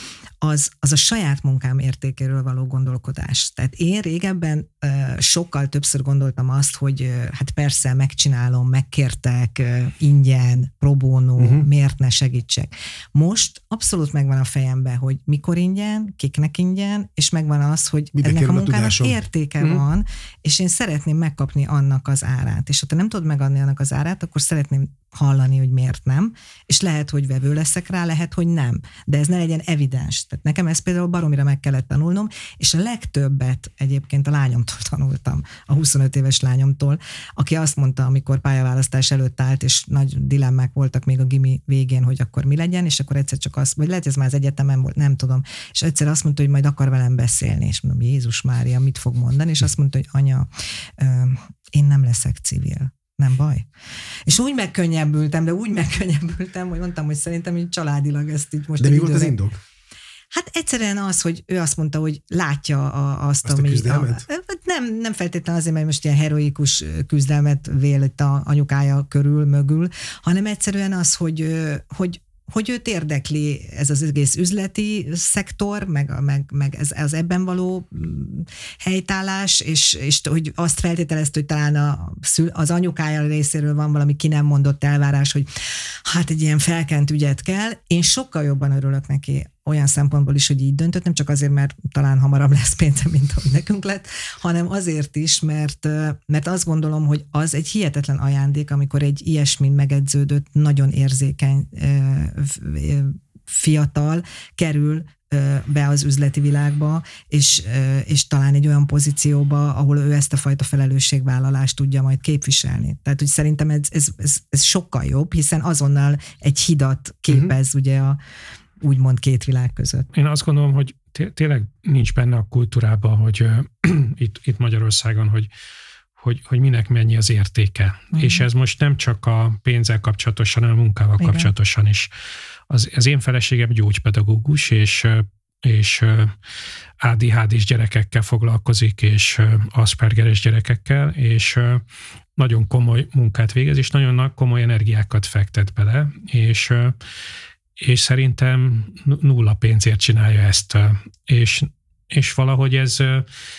az, az a saját munkám értékéről való gondolkodás. Tehát én régebben uh, sokkal többször gondoltam azt, hogy uh, hát persze megcsinálom, megkértek, uh, ingyen, pro bono, uh-huh. miért ne segítsek. Most abszolút megvan a fejemben, hogy mikor ingyen, kiknek ingyen, és megvan az, hogy Mide ennek a munkának tudásom? értéke uh-huh. van, és én szeretném megkapni annak az árát. És ha te nem tudod megadni annak az árát, akkor szeretném hallani, hogy miért nem, és lehet, hogy vevő leszek rá, lehet, hogy nem. De ez ne legyen evidens. Tehát nekem ezt például baromira meg kellett tanulnom, és a legtöbbet egyébként a lányomtól tanultam, a huszonöt éves lányomtól, aki azt mondta, amikor pályaválasztás előtt állt, és nagy dilemmák voltak még a gimi végén, hogy akkor mi legyen, és akkor egyszer csak azt, vagy lehet, hogy ez már az egyetemen volt, nem tudom, és egyszer azt mondta, hogy majd akar velem beszélni, és mondom, Jézus Mária, mit fog mondani, és azt mondta, hogy anya, én nem leszek civil. Nem baj. És úgy megkönnyebbültem, de úgy megkönnyebbültem, hogy mondtam, hogy szerintem így családilag ezt így most... De mi volt az indok? Hát egyszerűen az, hogy ő azt mondta, hogy látja a, azt, azt ami... a küzdelmet? A, nem, nem feltétlenül azért, mert most ilyen heroikus küzdelmet vél itt a anyukája körül, mögül, hanem egyszerűen az, hogy, hogy hogy őt érdekli ez az egész üzleti szektor, meg, meg, meg ez, az ebben való helytállás, és, és hogy azt feltételezte, hogy talán a, az anyukája részéről van valami ki nem mondott elvárás, hogy hát egy ilyen felkent ügyet kell. Én sokkal jobban örülök neki olyan szempontból is, hogy így döntött, nem csak azért, mert talán hamarabb lesz pénze, mint ahogy nekünk lett, hanem azért is, mert, mert azt gondolom, hogy az egy hihetetlen ajándék, amikor egy ilyesmin megedződött, nagyon érzékeny fiatal kerül be az üzleti világba, és, és talán egy olyan pozícióba, ahol ő ezt a fajta felelősségvállalást tudja majd képviselni. Tehát, hogy szerintem ez, ez, ez, ez sokkal jobb, hiszen azonnal egy hidat képez uh-huh. ugye a úgymond két világ között. Én azt gondolom, hogy tényleg nincs benne a kultúrában, hogy uh, itt, itt Magyarországon, hogy, hogy, hogy minek mennyi az értéke. Uh-huh. És ez most nem csak a pénzzel kapcsolatosan, hanem a munkával Igen. kapcsolatosan is. Az, az én feleségem gyógypedagógus, és, és á dé há dés gyerekekkel foglalkozik, és Aspergeres gyerekekkel, és nagyon komoly munkát végez, és nagyon komoly energiákat fektet bele, és és szerintem nulla pénzért csinálja ezt, és, és valahogy ez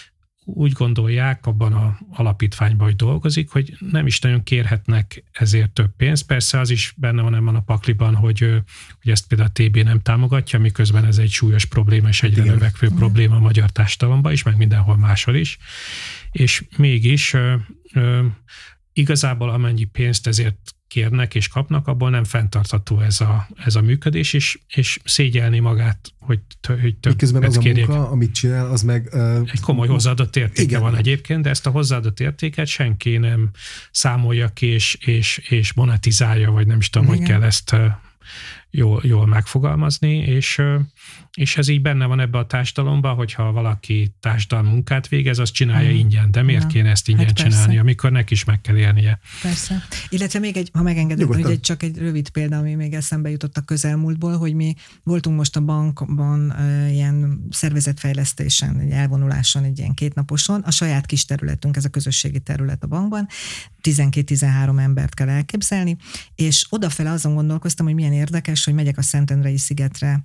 úgy gondolják abban a alapítványban, hogy dolgozik, hogy nem is nagyon kérhetnek ezért több pénzt. Persze az is benne van ebben a pakliban, hogy, hogy ezt például a té bé nem támogatja, miközben ez egy súlyos probléma, és egyre növekvő Igen. probléma a magyar társadalomban is, meg mindenhol máshol is. És mégis ö, ö, igazából amennyi pénzt ezért kérnek és kapnak, abból nem fenntartható ez a, ez a működés, és, és szégyelni magát, hogy, hogy több miközben az a kérjék. munka, amit csinál, az meg... Uh, egy komoly hozzáadott értéke igen. van egyébként, de ezt a hozzáadott értéket senki nem számolja ki, és, és, és monetizálja, vagy nem is tudom, igen. hogy kell ezt jól, jól megfogalmazni, és, és ez így benne van ebbe a társadalomban, hogyha valaki társadalmi munkát végez, azt csinálja mm. ingyen, de miért Na, kéne ezt ingyen hát csinálni, persze. amikor neki is meg kell élnie? Persze. Illetve még egy, ha megengedett, hogy egy, csak egy rövid példa, ami még eszembe jutott a közelmúltból, hogy mi voltunk most a bankban uh, ilyen szervezetfejlesztésen, egy elvonuláson, egy ilyen kétnaposon, a saját kis területünk, ez a közösségi terület a bankban, tizenkét-tizenhárom embert kell elképzelni, és odafele azon gondolkoztam, hogy milyen érdekes, hogy megyek a Szentendrei szigetre,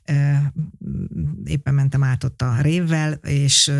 éppen mentem át ott a révvel, és,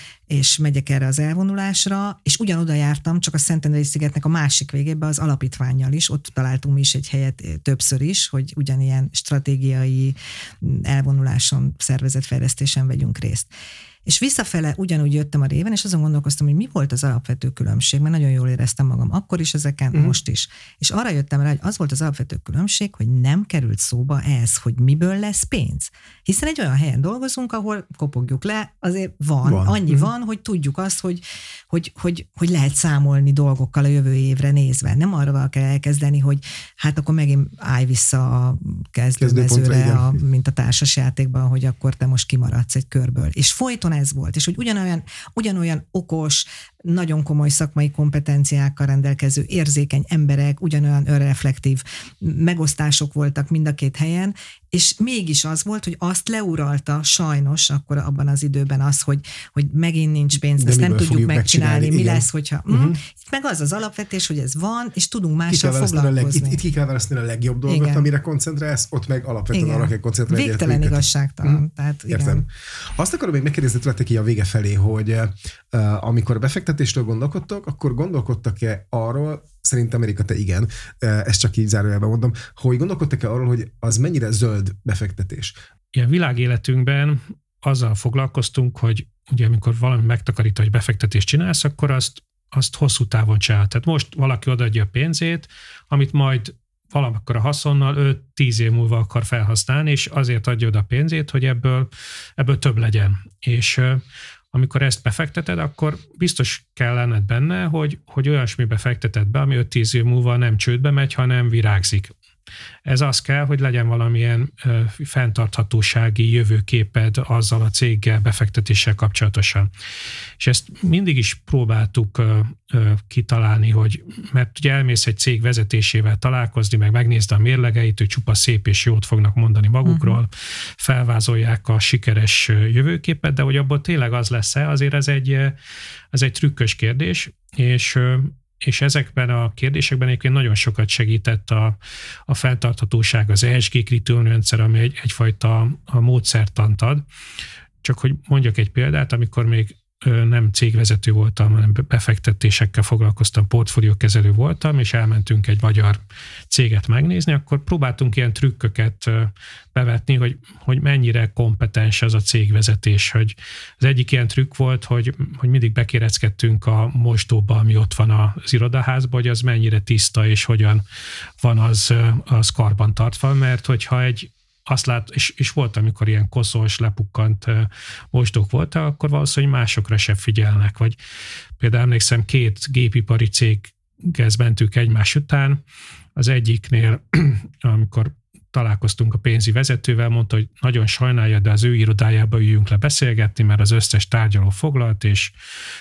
és megyek erre az elvonulásra, és ugyanoda jártam, csak a Szentendrei szigetnek a másik végébe az alapítvánnyal is, ott találtunk mi is egy helyet többször is, hogy ugyanilyen stratégiai elvonuláson, szervezetfejlesztésen vegyünk részt. És visszafele ugyanúgy jöttem a réven, és azon gondolkoztam, hogy mi volt az alapvető különbség, mert nagyon jól éreztem magam akkor is ezeken, mm. most is. És arra jöttem rá, hogy az volt az alapvető különbség, hogy nem került szóba ez, hogy miből lesz pénz. Hiszen egy olyan helyen dolgozunk, ahol kopogjuk le, azért van, van. annyi mm. van, hogy tudjuk azt, hogy, hogy, hogy, hogy lehet számolni dolgokkal a jövő évre nézve. Nem arra kell elkezdeni, hogy hát akkor megint állj vissza a kezdőmezőre, a, mint a társasjátékban, hogy akkor te most kimaradsz egy körből. És folyton ez volt, és hogy ugyanolyan, ugyanolyan okos, nagyon komoly szakmai kompetenciákkal rendelkező, érzékeny emberek, ugyanolyan önreflektív megosztások voltak mind a két helyen, és mégis az volt, hogy azt leuralta sajnos akkor abban az időben az, hogy, hogy megint nincs pénz, ezt nem tudjuk megcsinálni, mi igen. lesz, hogyha... Uh-huh. Mm, itt meg az az alapvetés, hogy ez van, és tudunk mással foglalkozni. Leg, itt, itt ki kell választani a legjobb dolgot, igen. amire koncentrálsz, ott meg alapvetően igen. arra kell koncentrálni. Végtelen igazságtalan. Mm. Tehát, igen. Értem. Azt akarom még megkérdezni tőletek így a vége felé, hogy uh, amikor befektetésről gondolkodtok, akkor gondolkodtak-e arról, szerintem Erika, te igen, ezt csak így zárójelben mondom, hogy gondolkodtak-e arról, hogy az mennyire zöld befektetés? Ilyen világéletünkben azzal foglalkoztunk, hogy ugye amikor valami megtakarít, hogy befektetést csinálsz, akkor azt, azt hosszú távon csinál. Tehát most valaki odaadja a pénzét, amit majd valamikor a haszonnal öt-tíz év múlva akar felhasználni, és azért adja oda a pénzét, hogy ebből, ebből több legyen. És amikor ezt befekteted, akkor biztos kell lenned benne, hogy, hogy olyasmibe fekteted be, ami öt-tíz év múlva nem csődbe megy, hanem virágzik. Ez az kell, hogy legyen valamilyen ö, fenntarthatósági jövőképed azzal a céggel, befektetéssel kapcsolatosan. És ezt mindig is próbáltuk ö, ö, kitalálni, hogy mert ugye elmész egy cég vezetésével találkozni, meg megnézd a mérlegeit, hogy csupa szép és jót fognak mondani magukról, uh-huh. felvázolják a sikeres jövőképet, de hogy abból tényleg az lesz-e, azért ez egy, ez egy trükkös kérdés, és És ezekben a kérdésekben egyébként nagyon sokat segített a, a fenntarthatóság, az E S G kritériumrendszer, ami egy, egyfajta a módszertant ad. Csak hogy mondjak egy példát, amikor még nem cégvezető voltam, hanem befektetésekkel foglalkoztam, portfóliókezelő voltam, és elmentünk egy magyar céget megnézni, akkor próbáltunk ilyen trükköket bevetni, hogy, hogy mennyire kompetens az a cégvezetés. Hogy az egyik ilyen trükk volt, hogy, hogy mindig bekéreckedtünk a mosdóba, ami ott van az irodaházban, hogy az mennyire tiszta, és hogyan van az, az karban tartva, mert hogyha egy azt lát, és, és volt, amikor ilyen koszos, lepukkant uh, mosdók voltak, akkor valószínűleg másokra sem figyelnek. Vagy például emlékszem, két gépipari céghez mentünk egymás után, az egyiknél, amikor találkoztunk a pénzi vezetővel, mondta, hogy nagyon sajnálja, de az ő irodájába üljünk le beszélgetni, mert az összes tárgyaló foglalt, és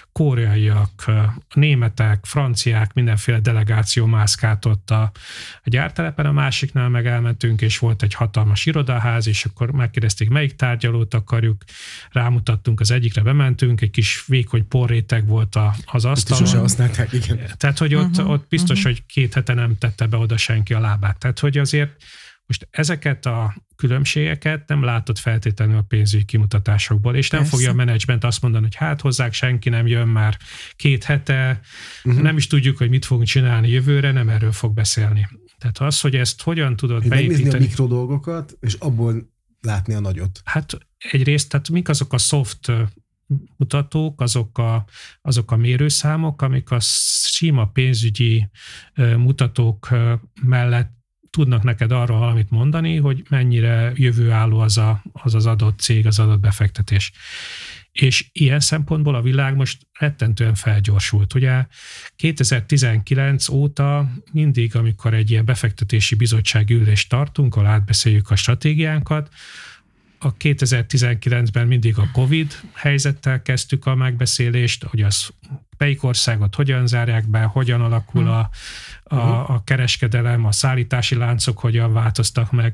koreaiak, németek, franciák, mindenféle delegáció mászkált ott a, a gyártelepen, a másiknál meg elmentünk, és volt egy hatalmas irodaház, és akkor megkérdezték, melyik tárgyalót akarjuk, rámutattunk az egyikre, bementünk, egy kis vékony porréteg volt a, az asztalon. Sose használták, igen. Tehát, hogy ott, uh-huh, ott biztos, uh-huh. hogy két hete nem tette be oda senki a lábát. Tehát, hogy azért Most ezeket a különbségeket nem látod feltétlenül a pénzügyi kimutatásokból, és nem Persze. fogja a menedzsment azt mondani, hogy hát hozzák senki nem jön már két hete, uh-huh. nem is tudjuk, hogy mit fogunk csinálni jövőre, nem erről fog beszélni. Tehát az, hogy ezt hogyan tudod hogy beépíteni. Megnézni a mikrodolgokat, és abból látni a nagyot. Hát egyrészt, tehát mik azok a soft mutatók, azok a, azok a mérőszámok, amik a sima pénzügyi mutatók mellett tudnak neked arra valamit mondani, hogy mennyire jövőálló az, a, az az adott cég, az adott befektetés. És ilyen szempontból a világ most rettentően felgyorsult. Ugye kétezer-tizenkilenc óta mindig, amikor egy ilyen befektetési bizottsági ülést tartunk, ahol átbeszéljük a stratégiánkat, a kétezer-tizenkilencben mindig a Covid helyzettel kezdtük a megbeszélést, hogy az melyik országot hogyan zárják be, hogyan alakul a, a, a kereskedelem, a szállítási láncok hogyan változtak meg.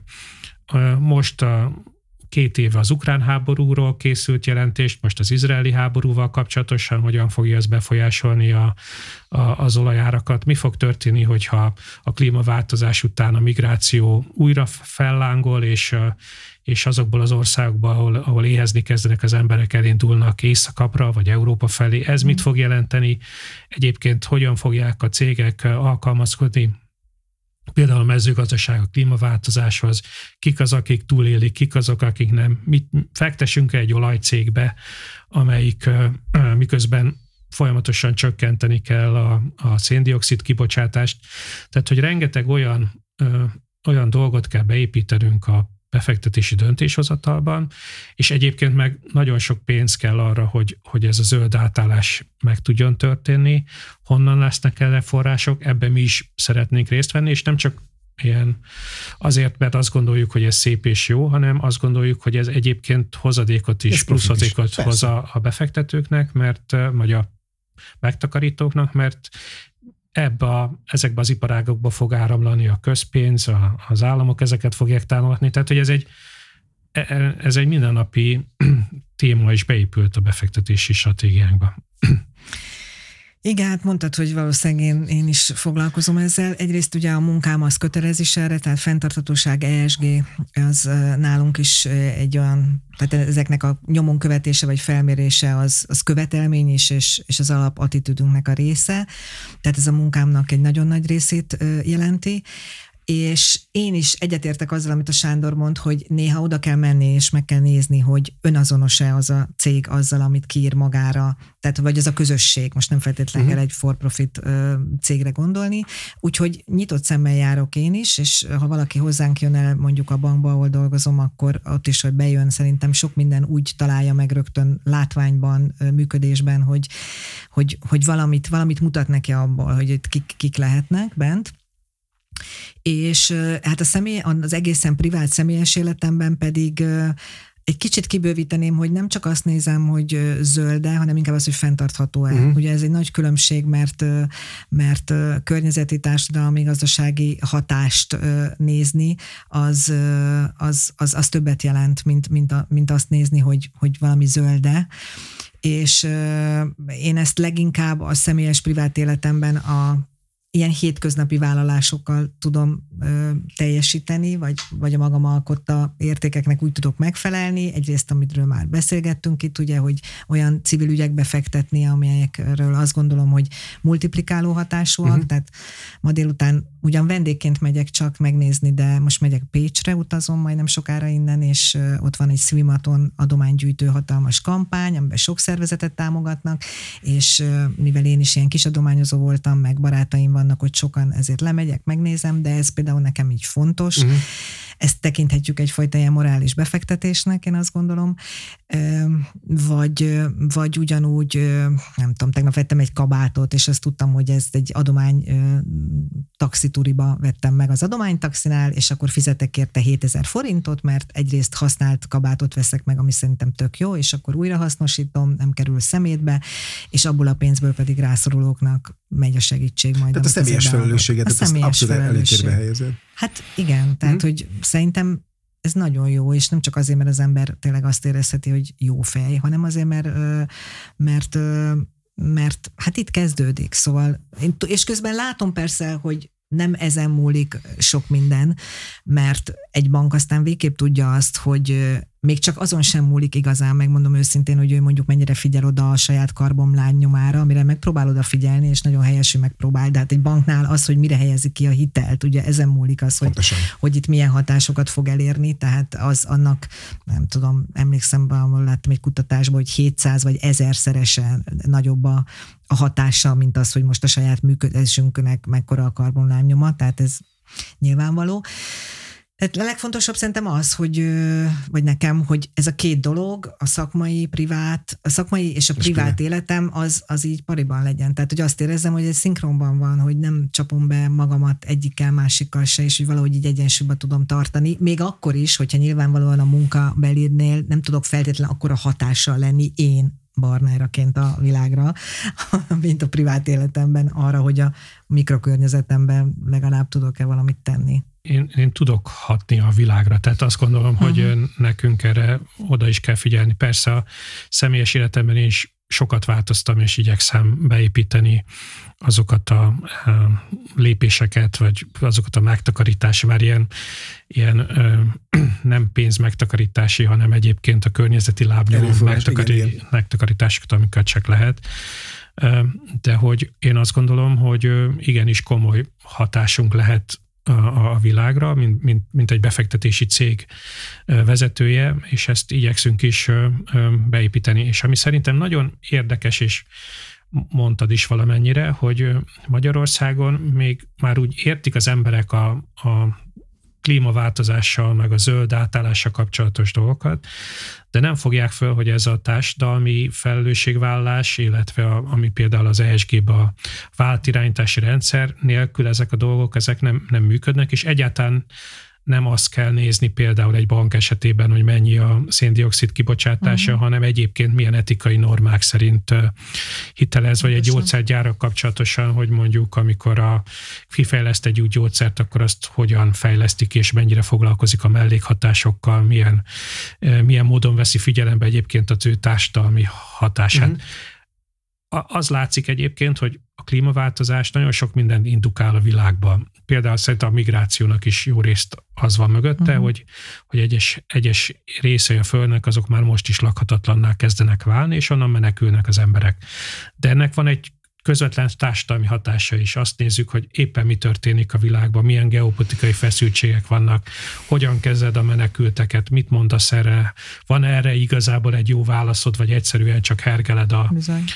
Most a két éve az ukrán háborúról készült jelentést, most az izraeli háborúval kapcsolatosan hogyan fogja ez befolyásolni a, a, az olajárakat. Mi fog történni, hogyha a klímaváltozás után a migráció újra fellángol, és, és azokból az országokból, ahol, ahol éhezni kezdenek az emberek, elindulnak északabbra, vagy Európa felé. Ez mm. mit fog jelenteni? Egyébként hogyan fogják a cégek alkalmazkodni például a mezőgazdaság, a klímaváltozáshoz, kik az, akik túlélik, kik azok, akik nem. Mit fektessünk egy olajcégbe, amelyik miközben folyamatosan csökkenteni kell a, a széndioxid kibocsátást. Tehát, hogy rengeteg olyan, ö, olyan dolgot kell beépítenünk a befektetési döntéshozatalban, és egyébként meg nagyon sok pénz kell arra, hogy, hogy ez a zöld átállás meg tudjon történni. Honnan lesznek erre források? Ebben mi is szeretnénk részt venni, és nem csak ilyen azért, mert azt gondoljuk, hogy ez szép és jó, hanem azt gondoljuk, hogy ez egyébként hozadékot is, plusz hozadékot hoz a, a befektetőknek, mert vagy a megtakarítóknak, mert ebbe a, ezekbe az iparágokba fog áramlani a közpénz, a, az államok ezeket fogják támogatni. Tehát, hogy ez egy, ez egy mindennapi téma is beépült a befektetési stratégiánkba. Igen, hát mondtad, hogy valószínűleg én, én is foglalkozom ezzel. Egyrészt ugye a munkám az kötelez is erre, tehát fenntarthatóság, E S G, az nálunk is egy olyan, tehát ezeknek a nyomon követése vagy felmérése az, az követelmény is, és, és az alapattitűdünknek a része. Tehát ez a munkámnak egy nagyon nagy részét jelenti. És én is egyetértek azzal, amit a Sándor mond, hogy néha oda kell menni, és meg kell nézni, hogy önazonos-e az a cég azzal, amit kiír magára, tehát vagy az a közösség, most nem feltétlenül uh-huh. kell egy for-profit cégre gondolni, úgyhogy nyitott szemmel járok én is, és ha valaki hozzánk jön el mondjuk a bankba, ahol dolgozom, akkor ott is, hogy bejön, szerintem sok minden úgy találja meg rögtön látványban, működésben, hogy, hogy, hogy valamit, valamit mutat neki abból, hogy kik, kik lehetnek bent. És hát a személy, az egészen privát személyes életemben pedig egy kicsit kibővíteném, hogy nem csak azt nézem, hogy zöld-e, hanem inkább az, hogy fenntartható-e. Uh-huh. Ugye ez egy nagy különbség, mert, mert környezeti, társadalmi, gazdasági hatást nézni, az, az, az, az többet jelent, mint, mint, a, mint azt nézni, hogy, hogy valami zöld-e. És én ezt leginkább a személyes privát életemben a ilyen hétköznapi vállalásokkal tudom ö, teljesíteni, vagy, vagy a magam alkotta értékeknek úgy tudok megfelelni. Egyrészt, amitről már beszélgettünk itt, ugye, hogy olyan civil ügyekbe fektetni, amelyekről azt gondolom, hogy multiplikáló hatásúak, uh-huh. tehát ma délután ugyan vendégként megyek csak megnézni, de most megyek Pécsre, utazom majdnem sokára innen, és ott van egy Swimaton adománygyűjtő hatalmas kampány, amiben sok szervezetet támogatnak, és mivel én is ilyen kis adományozó voltam, meg barátaim vannak, hogy sokan ezért lemegyek, megnézem, de ez például nekem így fontos. Uh-huh. Ezt tekinthetjük egyfajta ilyen morális befektetésnek, én azt gondolom. Vagy, vagy ugyanúgy, nem tudom, tegnap vettem egy kabátot, és azt tudtam, hogy ez egy adomány taxituriba vettem meg az adománytaxinál, és akkor fizetek érte hétezer forintot, mert egyrészt használt kabátot veszek meg, ami szerintem tök jó, és akkor újra hasznosítom, nem kerül szemétbe, és abból a pénzből pedig rászorulóknak megy a segítség majd. Tehát a személyes felelősséget, ezt abszolút előtérbe helyezed. Hát igen, tehát, mm. hogy szerintem ez nagyon jó, és nem csak azért, mert az ember tényleg azt érezheti, hogy jó fej, hanem azért, mert, mert, mert hát itt kezdődik, szóval, és közben látom persze, hogy nem ezen múlik sok minden, mert egy bank aztán végképp tudja azt, hogy még csak azon sem múlik igazán, megmondom őszintén, hogy ő mondjuk mennyire figyel oda a saját karbonlábnyomára, amire megpróbál odafigyelni, és nagyon helyesen megpróbál, de hát egy banknál az, hogy mire helyezik ki a hitelt, ugye ezen múlik az, hogy, hogy itt milyen hatásokat fog elérni, tehát az annak, nem tudom, emlékszem, ahol láttam egy kutatásban, hogy hétszáz vagy ezerszeresen nagyobb a, a hatása, mint az, hogy most a saját működésünknek mekkora a karbonlábnyoma, tehát ez nyilvánvaló. Tehát a legfontosabb szerintem az, hogy, vagy nekem, hogy ez a két dolog, a szakmai, privát, a szakmai és a privát életem, az, az így pariban legyen. Tehát, hogy azt érezzem, hogy ez szinkronban van, hogy nem csapom be magamat egyikkel, másikkal se, és hogy valahogy így egyensúlyba tudom tartani. Még akkor is, hogyha nyilvánvalóan a munkabelidnél nem tudok feltétlenül akkora hatással lenni én, Barnáraként a világra, mint a privát életemben arra, hogy a mikrokörnyezetemben legalább tudok-e valamit tenni. Én, én tudok hatni a világra, tehát azt gondolom, uh-huh. hogy nekünk erre oda is kell figyelni. Persze a személyes életemben is sokat változtam, és igyekszem beépíteni azokat a lépéseket, vagy azokat a megtakarítási, már ilyen, ilyen nem pénzmegtakarítási, hanem egyébként a környezeti lábnyom megtakarít, megtakarításokat, amiket csak lehet. De hogy én azt gondolom, hogy igenis komoly hatásunk lehet a világra, mint, mint, mint egy befektetési cég vezetője, és ezt igyekszünk is beépíteni. És ami szerintem nagyon érdekes, és mondtad is valamennyire, hogy Magyarországon még már úgy értik az emberek a, a klímaváltozással, meg a zöld átállással kapcsolatos dolgokat, de nem fogják föl, hogy ez a társadalmi felelősségvállalás, illetve a, ami például az E S G-ben a váltirányítási rendszer nélkül ezek a dolgok, ezek nem, nem működnek, és egyáltalán nem azt kell nézni például egy bank esetében, hogy mennyi a széndioxid kibocsátása, uh-huh. hanem egyébként milyen etikai normák szerint hitelez, vagy egy gyógyszergyárak kapcsolatosan, hogy mondjuk amikor a kifejleszt egy új gyógyszert, akkor azt hogyan fejlesztik, és mennyire foglalkozik a mellékhatásokkal, milyen, milyen módon veszi figyelembe egyébként az ő társadalmi hatását. Uh-huh. Az látszik egyébként, hogy a klímaváltozás nagyon sok mindent indukál a világban. Például szerintem a migrációnak is jó részt az van mögötte, uh-huh. hogy, hogy egyes, egyes részei a Földnek azok már most is lakhatatlanná kezdenek válni, és onnan menekülnek az emberek. De ennek van egy közvetlen társadalmi hatása is. Azt nézzük, hogy éppen mi történik a világban, milyen geopolitikai feszültségek vannak, hogyan kezeled a menekülteket, mit mondasz erre, van erre igazából egy jó válaszod, vagy egyszerűen csak hergeled a,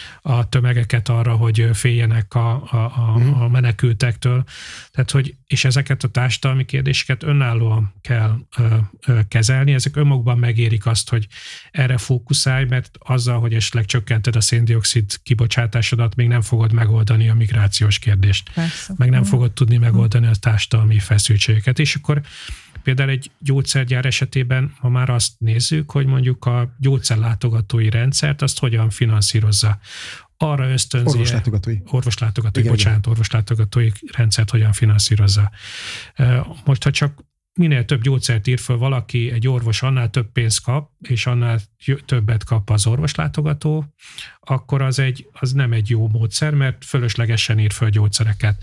a tömegeket arra, hogy féljenek a, a, a, a menekültektől. Tehát, hogy, és ezeket a társadalmi kérdéseket önállóan kell ö, ö, kezelni, ezek önmagukban megérik azt, hogy erre fókuszálj, mert azzal, hogy esetleg csökkented a széndioxid kibocsátásodat, még nem fogod megoldani a migrációs kérdést. Persze. Meg nem fogod tudni megoldani a társadalmi feszültségeket. És akkor például egy gyógyszergyár esetében, ha már azt nézzük, hogy mondjuk a gyógyszerlátogatói rendszert, azt hogyan finanszírozza. Arra ösztönzi... Orvoslátogatói. Orvoslátogatói, igen, bocsánat, igen. orvoslátogatói rendszert hogyan finanszírozza. Most, ha csak minél több gyógyszert ír föl valaki, egy orvos annál több pénzt kap, és annál többet kap az orvoslátogató, akkor az, egy, az nem egy jó módszer, mert fölöslegesen ír föl gyógyszereket.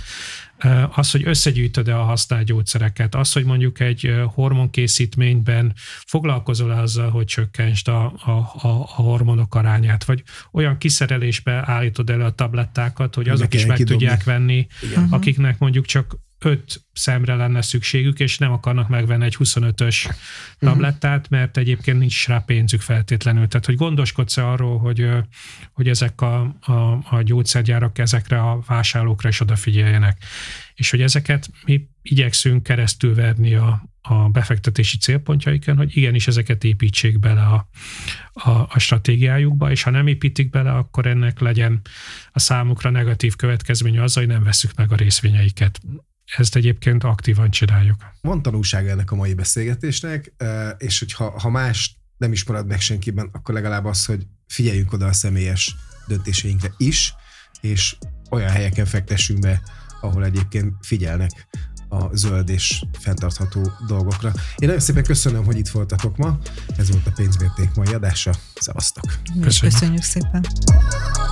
Az, hogy összegyűjtöd-e a használt gyógyszereket, az, hogy mondjuk egy hormonkészítményben foglalkozol azzal, hogy csökkentsd a, a, a hormonok arányát, vagy olyan kiszerelésbe állítod elő a tablettákat, hogy azok is meg kidobni. Tudják venni, igen. akiknek mondjuk csak öt szemre lenne szükségük, és nem akarnak megvenni egy huszonötös tablettát, mert egyébként nincs rá pénzük feltétlenül. Tehát, hogy gondoskodsz arról, hogy, hogy ezek a, a, a gyógyszergyárak ezekre a vásárlókra is odafigyeljenek. És hogy ezeket mi igyekszünk keresztül verni a, a befektetési célpontjaiken, hogy igenis ezeket építsék bele a, a, a stratégiájukba, és ha nem építik bele, akkor ennek legyen a számukra negatív következménye azzal, hogy nem vesszük meg a részvényeiket. Ezt egyébként aktívan csináljuk. Van tanulsága ennek a mai beszélgetésnek, és hogyha ha más nem is marad meg senkiben, akkor legalább az, hogy figyeljünk oda a személyes döntéseinkre is, és olyan helyeken fektessünk be, ahol egyébként figyelnek a zöld és fenntartható dolgokra. Én nagyon szépen köszönöm, hogy itt voltatok ma. Ez volt a Pénzmérték mai adása. Szevasztok! Köszönjük, Köszönjük szépen!